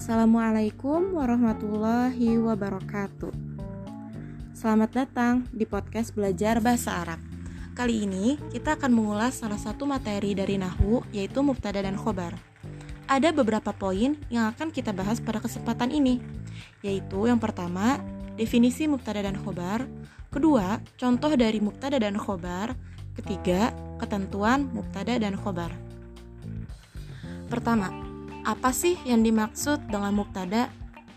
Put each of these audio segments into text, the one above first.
Assalamualaikum warahmatullahi wabarakatuh. Selamat datang di podcast Belajar Bahasa Arab. Kali ini kita akan mengulas salah satu materi dari Nahwu, yaitu mubtada dan khobar. Ada beberapa poin yang akan kita bahas pada kesempatan ini, yaitu yang pertama, definisi mubtada dan khobar. Kedua, contoh dari mubtada dan khobar. Ketiga, ketentuan mubtada dan khobar. Pertama, apa sih yang dimaksud dengan mubtada?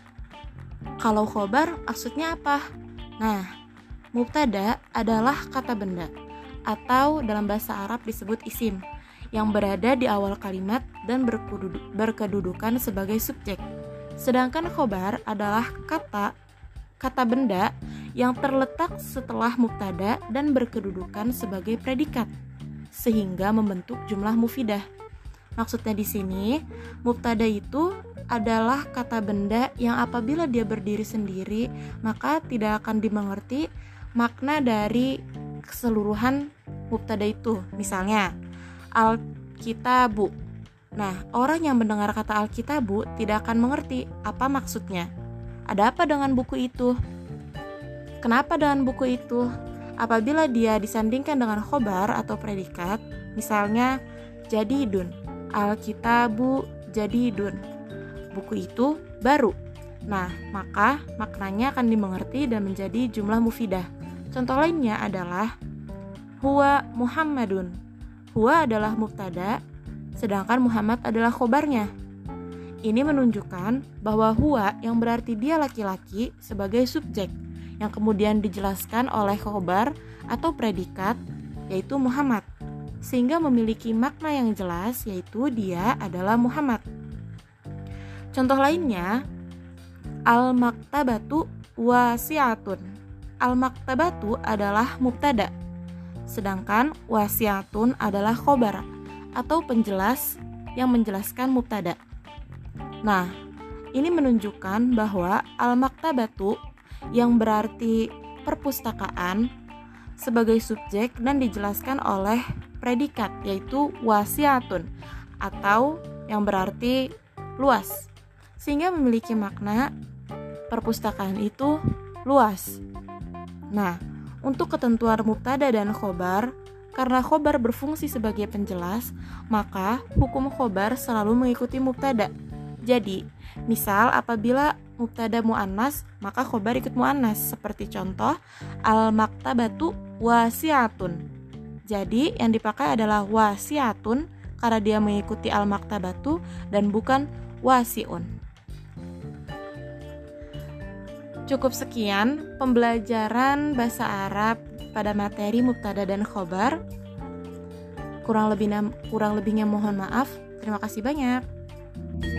Kalau khobar maksudnya apa? Nah, mubtada adalah kata benda atau dalam bahasa Arab disebut isim yang berada di awal kalimat dan berkedudukan sebagai subjek. Sedangkan khobar adalah kata benda yang terletak setelah mubtada dan berkedudukan sebagai predikat sehingga membentuk jumlah mufidah. Maksudnya di sini, mubtada itu adalah kata benda yang apabila dia berdiri sendiri, maka tidak akan dimengerti makna dari keseluruhan mubtada itu. Misalnya, Al-Kitabu. Nah, orang yang mendengar kata Al-Kitabu tidak akan mengerti apa maksudnya. Ada apa dengan buku itu? Kenapa dengan buku itu? Apabila dia disandingkan dengan khobar atau predikat, misalnya jadidun. Al-Kitabu jadidun. Buku itu baru. Nah, maka maknanya akan dimengerti dan menjadi jumlah mufidah. Contoh lainnya adalah huwa Muhammadun. Huwa adalah mubtada, sedangkan Muhammad adalah khobarnya. Ini menunjukkan bahwa huwa yang berarti dia laki-laki sebagai subjek, yang kemudian dijelaskan oleh khobar atau predikat, yaitu Muhammad, sehingga memiliki makna yang jelas, yaitu dia adalah Muhammad. Contoh lainnya, al-maktabatu wasi'atun. Al-maktabatu adalah mubtada, sedangkan wasi'atun adalah khobar atau penjelas yang menjelaskan mubtada. Nah, ini menunjukkan bahwa al-maktabatu yang berarti perpustakaan sebagai subjek dan dijelaskan oleh predikat, yaitu wasi'atun atau yang berarti luas, sehingga memiliki makna perpustakaan itu luas. Nah, untuk ketentuan mubtada dan khobar, karena khobar berfungsi sebagai penjelas, maka hukum khobar selalu mengikuti mubtada. Jadi, misal apabila mubtada muannas, maka khobar ikut muannas, seperti contoh al-maktabatu wasi'atun. Jadi yang dipakai adalah wasi'atun karena dia mengikuti al-maktabatu dan bukan wasi'un. Cukup sekian pembelajaran bahasa Arab pada materi mubtada dan khobar. Kurang lebihnya mohon maaf. Terima kasih banyak.